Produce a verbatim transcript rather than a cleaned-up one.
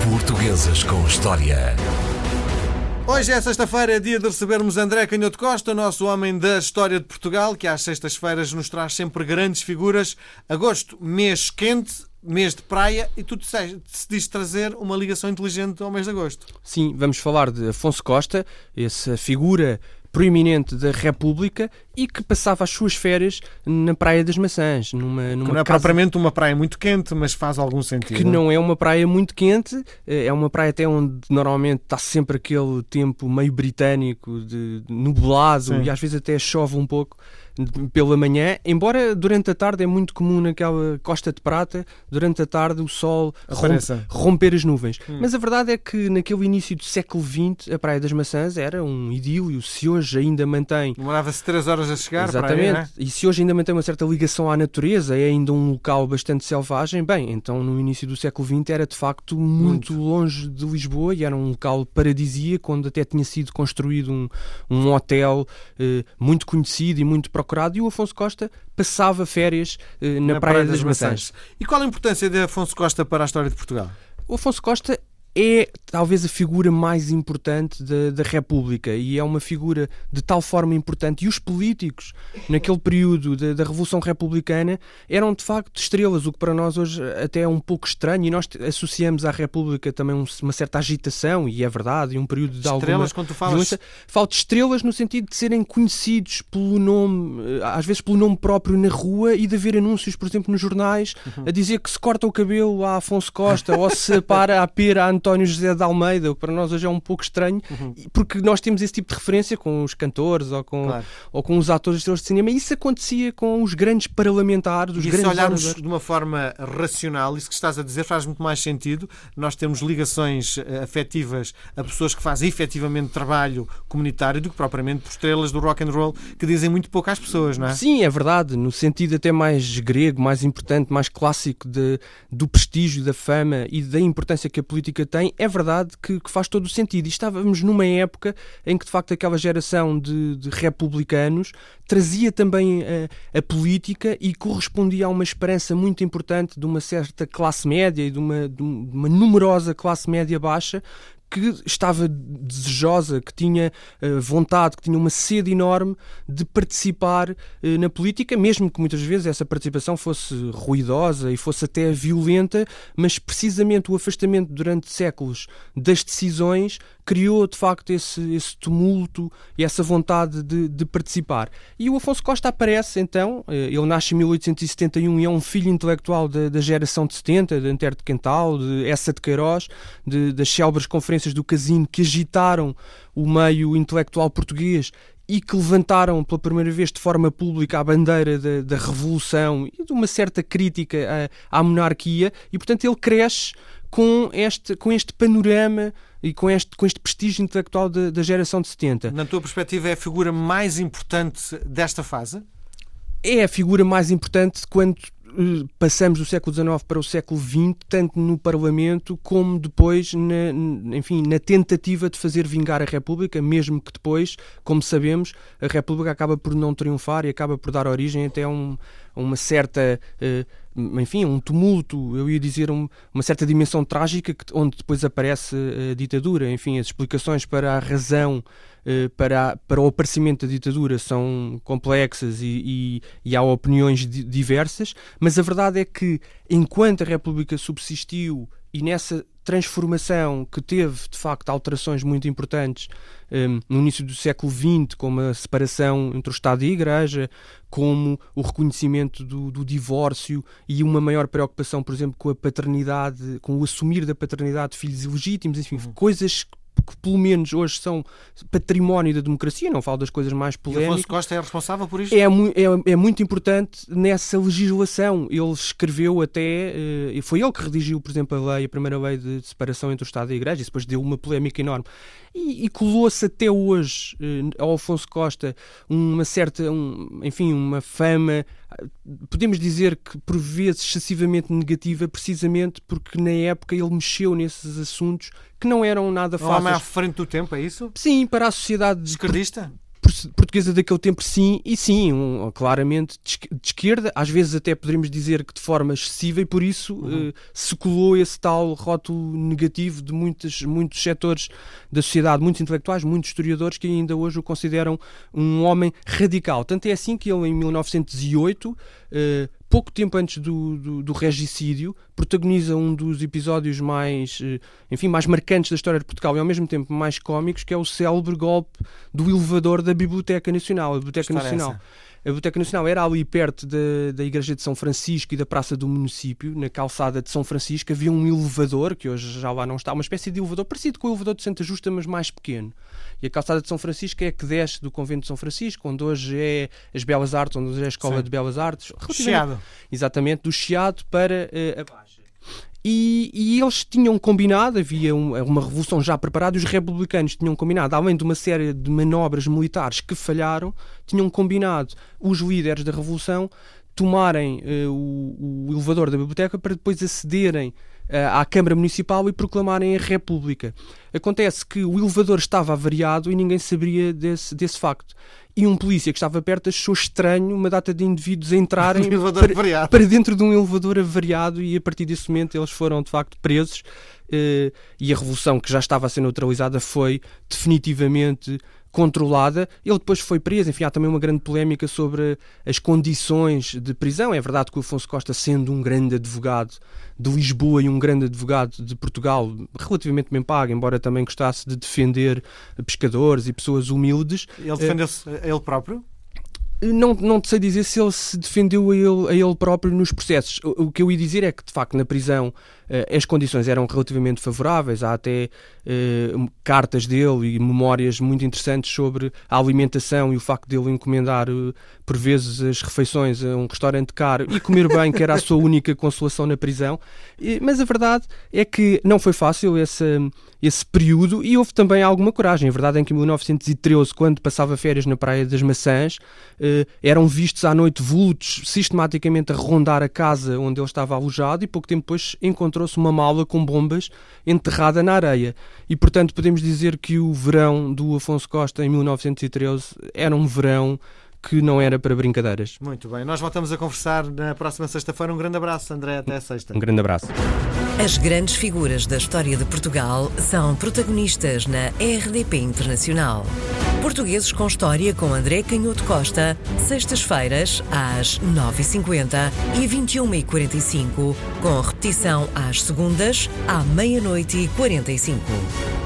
Portuguesas com História. Hoje é sexta-feira, é dia de recebermos André Canhoto Costa, nosso homem da História de Portugal, que às sextas-feiras nos traz sempre grandes figuras. Agosto, mês quente, mês de praia, e tu decidiste trazer uma ligação inteligente ao mês de agosto. Sim, vamos falar de Afonso Costa, essa figura proeminente da República e que passava as suas férias na Praia das Maçãs. Numa, numa que não é casa... propriamente uma praia muito quente, mas faz algum sentido. Que não é uma praia muito quente, é uma praia até onde normalmente está sempre aquele tempo meio britânico, de, de nublado. Sim. E às vezes até chove um pouco pela manhã, embora durante a tarde é muito comum naquela Costa de Prata, durante a tarde o sol rompe, romper as nuvens. Hum. Mas a verdade é que naquele início do século vinte a Praia das Maçãs era um idílio. Se hoje ainda mantém... Demorava-se três horas a chegar. Exatamente. Para aí, e se hoje ainda mantém uma certa ligação à natureza, é ainda um local bastante selvagem, bem, então no início do século vinte era de facto muito, muito. longe de Lisboa e era um local paradisíaco, onde até tinha sido construído um, um hotel eh, muito conhecido e muito procurado, e o Afonso Costa passava férias eh, na, na Praia, Praia das, das Maçãs. Maçãs. E qual a importância de Afonso Costa para a história de Portugal? O Afonso Costa é talvez a figura mais importante da, da República, e é uma figura de tal forma importante, e os políticos naquele período da, da Revolução Republicana eram de facto estrelas, o que para nós hoje até é um pouco estranho, e nós associamos à República também um, uma certa agitação, e é verdade, e um período de estrelas, alguma quando tu falas... violência. Falo de estrelas no sentido de serem conhecidos pelo nome, às vezes pelo nome próprio na rua, e de haver anúncios, por exemplo, nos jornais, uhum. a dizer que se corta o cabelo a Afonso Costa ou se para a pera a António José de Almeida, o que para nós hoje é um pouco estranho, uhum. porque nós temos esse tipo de referência com os cantores ou com, claro. ou com os atores de estrelas de cinema, e isso acontecia com os grandes parlamentares, os e grandes... se olharmos oradores. De uma forma racional, isso que estás a dizer faz muito mais sentido. Nós temos ligações afetivas a pessoas que fazem efetivamente trabalho comunitário do que propriamente por estrelas do rock and roll que dizem muito pouco às pessoas, não é? Sim, é verdade, no sentido até mais grego, mais importante, mais clássico de, do prestígio, da fama e da importância que a política tem. É verdade que, que faz todo o sentido. E estávamos numa época em que, de facto, aquela geração de, de republicanos trazia também a, a política e correspondia a uma esperança muito importante de uma certa classe média e de uma, de uma numerosa classe média baixa que estava desejosa, que tinha uh, vontade, que tinha uma sede enorme de participar uh, na política, mesmo que muitas vezes essa participação fosse ruidosa e fosse até violenta, mas precisamente o afastamento durante séculos das decisões criou de facto esse, esse tumulto e essa vontade de, de participar. E o Afonso Costa aparece então, ele nasce em mil oitocentos e setenta e um e é um filho intelectual da, da geração de setenta, de Antero de Quental, de Essa de Queiroz, de, das célebres conferências do Casino que agitaram o meio intelectual português e que levantaram pela primeira vez de forma pública a bandeira da, da revolução e de uma certa crítica à, à monarquia, e portanto ele cresce com este, com este panorama e com este, com este prestígio intelectual da, da geração de setenta. Na tua perspectiva, é a figura mais importante desta fase? É a figura mais importante quando passamos do século dezenove para o século vinte, tanto no Parlamento como depois na, enfim, na tentativa de fazer vingar a República, mesmo que depois, como sabemos, a República acaba por não triunfar e acaba por dar origem até a um, uma certa... Uh, enfim, um tumulto, eu ia dizer um, uma certa dimensão trágica, que, onde depois aparece a ditadura. Enfim, as explicações para a razão, eh, para, a, para o aparecimento da ditadura são complexas e, e, e há opiniões di- diversas, mas a verdade é que enquanto a República subsistiu e nessa transformação que teve, de facto, alterações muito importantes um, no início do século vinte, como a separação entre o Estado e a Igreja, como o reconhecimento do, do divórcio e uma maior preocupação, por exemplo, com a paternidade, com o assumir da paternidade de filhos ilegítimos, enfim, uhum. coisas que pelo menos hoje são património da democracia, não falo das coisas mais polémicas. E Afonso Costa é responsável por isto? É, é, é muito importante nessa legislação. Ele escreveu até, uh, foi ele que redigiu, por exemplo, a lei, a primeira lei de separação entre o Estado e a Igreja, e depois deu uma polémica enorme. E, e colou-se até hoje uh, ao Afonso Costa uma certa, um, enfim, uma fama, podemos dizer que por vezes excessivamente negativa, precisamente porque na época ele mexeu nesses assuntos que não eram nada fáceis. Não há à frente do tempo, é isso? Sim, para a sociedade... Esquerdista? portuguesa daquele tempo, sim, e sim, um, claramente de esquerda, às vezes até poderíamos dizer que de forma excessiva, e por isso uhum. uh, se colou esse tal rótulo negativo de muitos, muitos setores da sociedade, muitos intelectuais, muitos historiadores que ainda hoje o consideram um homem radical. Tanto é assim que ele, em mil novecentos e oito, uh, pouco tempo antes do, do, do regicídio, protagoniza um dos episódios mais, enfim, mais marcantes da história de Portugal e ao mesmo tempo mais cómicos, que é o célebre golpe do elevador da Biblioteca Nacional. A Biblioteca Nacional. Essa. A Biblioteca Nacional era ali perto da, da Igreja de São Francisco e da Praça do Município, na calçada de São Francisco. Havia um elevador, que hoje já lá não está, uma espécie de elevador parecido com o elevador de Santa Justa, mas mais pequeno. E a calçada de São Francisco é a que desce do Convento de São Francisco, onde hoje é as Belas Artes, onde hoje é a Escola Sim. de Belas Artes. Chiado. Exatamente, do Chiado para uh, a Baixa. E, e eles tinham combinado, havia um, uma revolução já preparada, e os republicanos tinham combinado, além de uma série de manobras militares que falharam, tinham combinado os líderes da revolução tomarem uh, o, o elevador da biblioteca para depois acederem uh, à Câmara Municipal e proclamarem a República. Acontece que o elevador estava avariado e ninguém sabia desse, desse facto. E um polícia que estava perto achou estranho uma data de indivíduos entrarem um para, para dentro de um elevador avariado, e a partir desse momento eles foram de facto presos, uh, e a revolução, que já estava a ser neutralizada, foi definitivamente controlada. Ele depois foi preso. Enfim, há também uma grande polémica sobre as condições de prisão. É verdade que o Afonso Costa, sendo um grande advogado de Lisboa e um grande advogado de Portugal, relativamente bem pago, embora também gostasse de defender pescadores e pessoas humildes. Ele defendeu-se a ele próprio? Não, não te sei dizer se ele se defendeu a ele, a ele próprio nos processos. O, o que eu ia dizer é que, de facto, na prisão uh, as condições eram relativamente favoráveis. Há até uh, cartas dele e memórias muito interessantes sobre a alimentação e o facto dele encomendar, uh, por vezes, as refeições a um restaurante caro e comer bem, que era a sua única consolação na prisão. E, mas a verdade é que não foi fácil esse, esse período, e houve também alguma coragem. A verdade é que em mil novecentos e treze, quando passava férias na Praia das Maçãs, uh, eram vistos à noite vultos sistematicamente a rondar a casa onde ele estava alojado, e pouco tempo depois encontrou-se uma mala com bombas enterrada na areia. E, portanto, podemos dizer que o verão do Afonso Costa em mil novecentos e treze era um verão que não era para brincadeiras. Muito bem, nós voltamos a conversar na próxima sexta-feira. Um grande abraço, André, até a sexta. Um grande abraço. As grandes figuras da história de Portugal são protagonistas na R D P Internacional. Portugueses com História, com André Canhoto Costa, sextas-feiras às nove e cinquenta e vinte e uma e quarenta e cinco, com repetição às segundas à meia-noite e quarenta e cinco.